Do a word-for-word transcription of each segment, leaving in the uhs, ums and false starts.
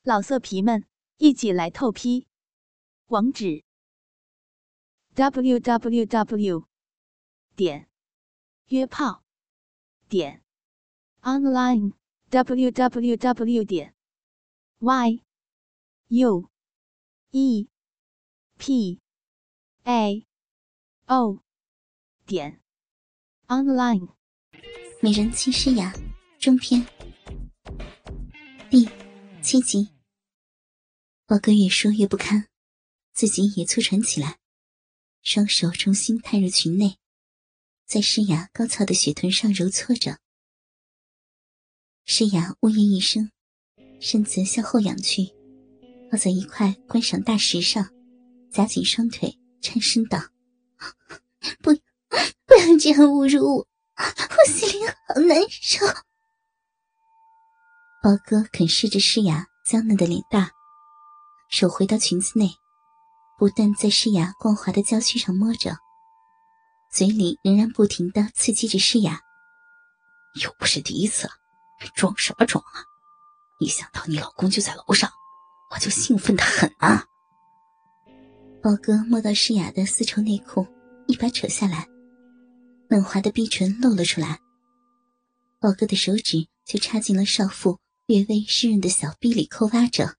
老色皮们，一起来透批！网址 ：double u double u double u 点约炮点 online w w w 点 y u e p a o 点 online。 美人妻诗雅中篇第七集。宝哥越说越不堪，自己也粗喘起来，双手重新探入裙内，在诗雅高翘的雪臀上揉搓着。诗雅呜咽一声，身子向后仰去，靠在一块观赏大石上，夹紧双腿，颤声道：不不要这样侮辱我，我心里好难受。宝哥啃舐着诗雅娇嫩的脸蛋，手回到裙子内，不断在诗雅光滑的娇躯上摸着，嘴里仍然不停地刺激着诗雅。 又不是第一次了，装什么装啊？一想到你老公就在楼上，我就兴奋得很啊。 宝哥摸到诗雅的丝绸内裤，一把扯下来，嫩滑的逼唇露了出来，宝哥的手指就插进了少妇略微湿润的小逼里抠挖着。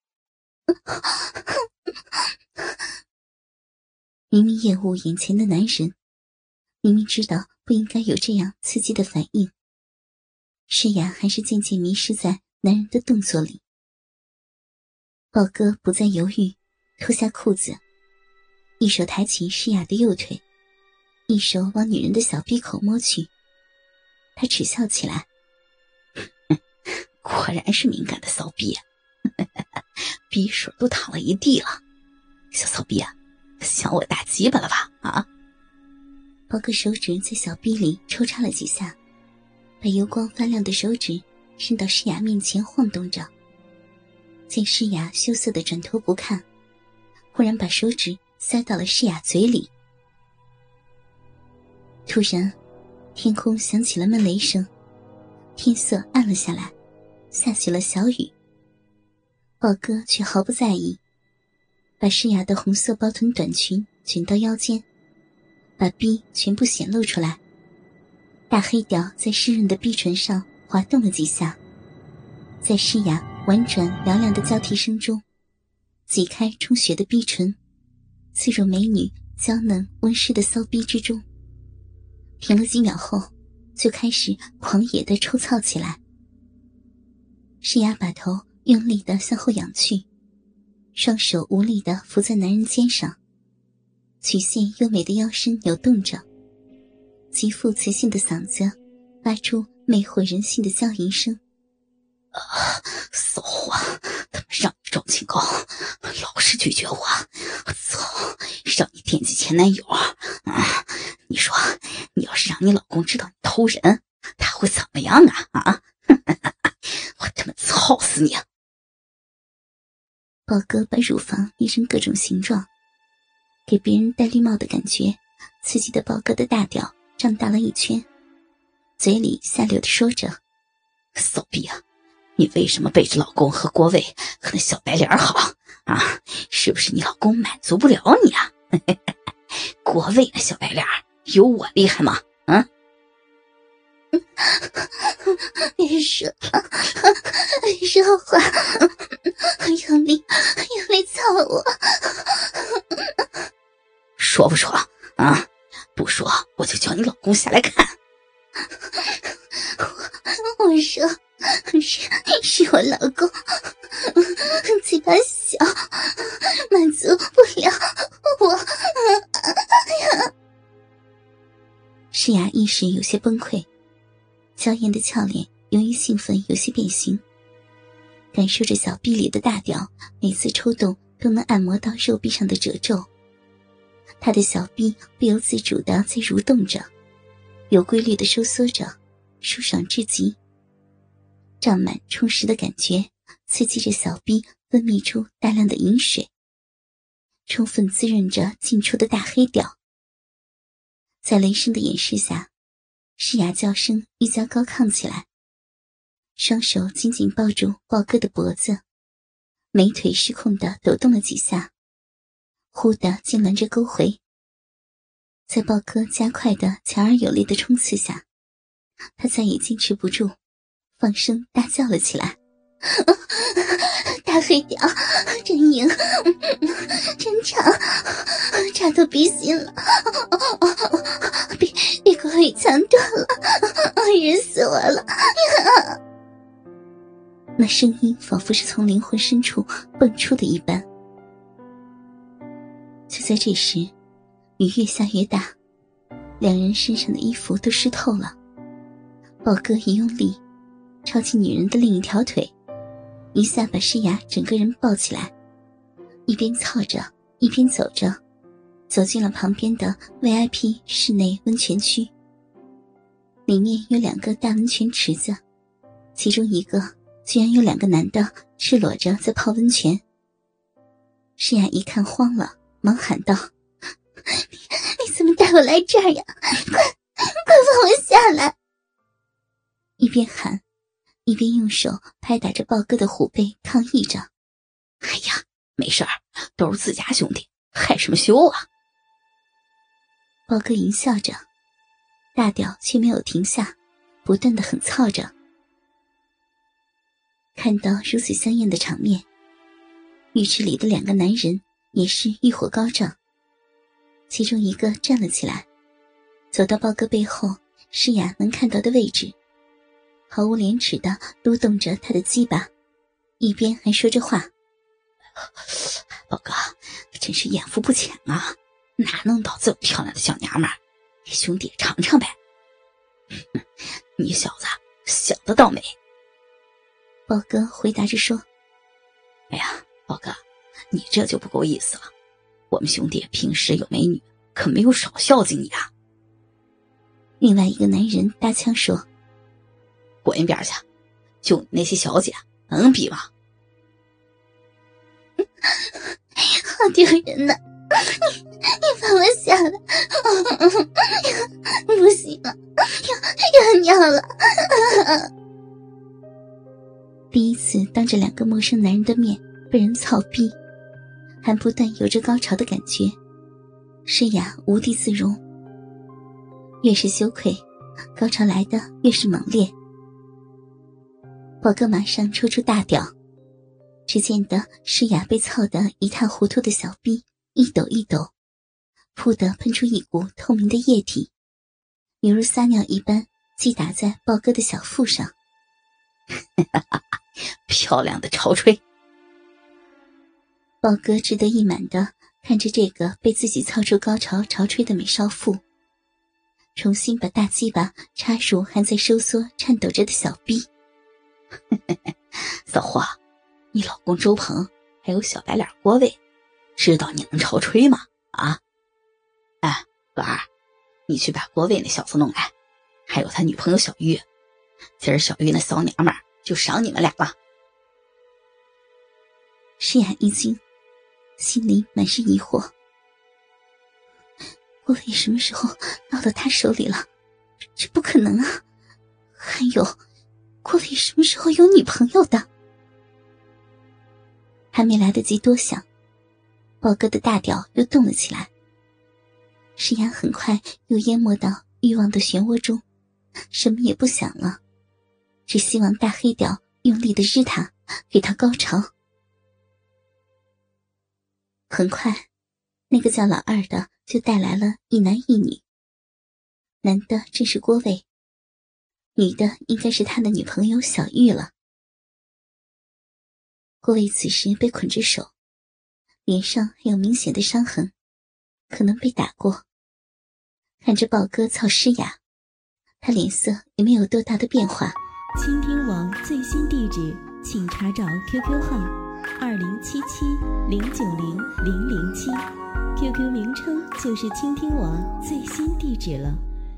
明明厌恶眼前的男人，明明知道不应该有这样刺激的反应，诗雅还是渐渐迷失在男人的动作里。宝哥不再犹豫，脱下裤子，一手抬起诗雅的右腿，一手往女人的小逼口摸去。他耻笑起来： 果然是敏感的骚逼啊，逼水都淌了一地了。小骚逼啊，想我大鸡巴了吧？啊！ 宝哥手指在小逼里抽插了几下，把油光发亮的手指伸到诗雅面前晃动着。见诗雅羞涩地转头不看，忽然把手指塞到了诗雅嘴里。突然天空响起了闷雷声，天色暗了下来，下起了小雨。宝哥却毫不在意，把诗雅的红色包臀短裙卷到腰间，把逼全部显露出来。大黑屌在湿润的逼唇上滑动了几下，在诗雅婉转嘹亮的交替声中，挤开充血的逼唇，刺入美女娇嫩温湿的骚逼之中。停了几秒后，就开始狂野地抽操起来。诗雅把头用力地向后仰去，双手无力地扶在男人肩上，曲线优美的腰身扭动着，极富磁性的嗓子发出魅惑人心的娇吟声。 啊，骚货，他们让你装清高，老是拒绝我，我操，让你惦记前男友啊！你说，你要是让你老公知道你偷人，他会怎么样啊？啊！我他妈操死你！ 宝哥把乳房捏成各种形状，给别人戴绿帽的感觉，刺激的宝哥的大屌胀大了一圈，嘴里下流地说着： 骚逼啊！你为什么背着老公和郭卫和那小白脸好啊？是不是你老公满足不了你啊？郭卫那小白脸有我厉害吗？啊！ 别说别说话，用力用力操我！ 说不说啊？不说我就叫你老公下来看。 我我说是是我老公嘴巴小，满足不了我。诗雅一时有些崩溃，娇艳的俏脸由于兴奋有些变形，感受着小臂里的大屌每次抽动都能按摩到肉壁上的褶皱。她的小臂不由自主地在蠕动着，有规律地收缩着，舒爽至极。胀满充实的感觉刺激着小臂分泌出大量的饮水，充分滋润着进出的大黑屌。在雷声的掩饰下，诗雅叫声愈加高亢起来，双手紧紧抱住豹哥的脖子， 美腿失控地抖动了几下，忽地痉挛着勾回。在豹哥加快的强而有力的冲刺下，他再也坚持不住，放声大叫了起来：大黑屌真硬，真长，插到鼻心了，比比郭伟强多了，热死我了。那声音仿佛是从灵魂深处蹦出的一般。就在这时，雨越下越大，两人身上的衣服都湿透了。豹哥一用力，抄起女人的另一条腿，一下把诗雅整个人抱起来，一边操着一边走着，走进了旁边的 V I P 室内温泉区。里面有两个大温泉池子，其中一个居然有两个男的赤裸着在泡温泉。诗雅一看慌了，忙喊道：你, 你怎么带我来这儿呀？快快放我下来！一边喊一边用手拍打着豹哥的虎背，抗议着： 哎呀，没事儿，都是自家兄弟，害什么羞啊？ 豹哥淫笑着，大屌却没有停下，不断地狠操着。看到如此香艳的场面，浴池里的两个男人也是欲火高涨。其中一个站了起来，走到豹哥背后诗雅能看到的位置，毫无廉耻地撸动着他的鸡巴，一边还说着话： 豹哥真是眼福不浅啊，哪弄到这么漂亮的小娘们儿，给兄弟也尝尝呗。你小子想得倒美。 豹哥回答着说： 哎呀，豹哥，你这就不够意思了，我们兄弟平时有美女，可没有少孝敬你啊。 另外一个男人搭腔说： 滚一边去，就你那些小姐能比吗？ 好丢人呐，你你放我下来，不行了，要要尿了。第一次当着两个陌生男人的面被人操逼，还不断有着高潮的感觉，诗雅无地自容。越是羞愧，高潮来的越是猛烈。豹哥马上抽出大屌，只见得诗雅被操得一塌糊涂的小逼一抖一抖，噗地喷出一股透明的液体，犹如撒尿一般击打在豹哥的小腹上。 漂亮的潮吹。 豹哥志得意满地看着这个被自己操出高潮潮吹的美少妇，重新把大鸡巴插入还在收缩颤抖着的小逼。 骚货，你老公周鹏还有小白脸郭卫，知道你能潮吹吗？啊？哎，老二，你去把郭卫那小子弄来，还有他女朋友小玉，今儿小玉那骚娘们儿就赏你们俩了。 诗雅一惊，心里满是疑惑，郭卫什么时候落到他手里了？这不可能啊！还有，郭卫什么时候有女朋友的？还没来得及多想，豹哥的大屌又动了起来。诗雅很快又淹没到欲望的漩涡中，什么也不想了，只希望大黑屌用力地日他，给他高潮。很快，那个叫老二的就带来了一男一女，男的正是郭卫，女的应该是他的女朋友小玉了。郭卫此时被捆着手，脸上还有明显的伤痕，可能被打过。看着豹哥操诗雅，他脸色也没有多大的变化。 倾听网最新地址，请查找 Q Q 号二零七七零九零零零七 ，Q Q 名称就是倾听网最新地址了。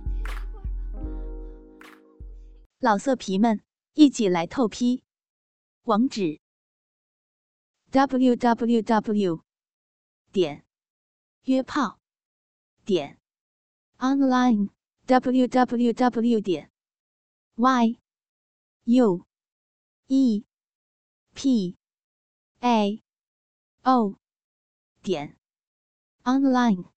老色皮们，一起来透批！网址 ：double u double u double u 点约炮点 online w w w 点 y u e p a o 点 online。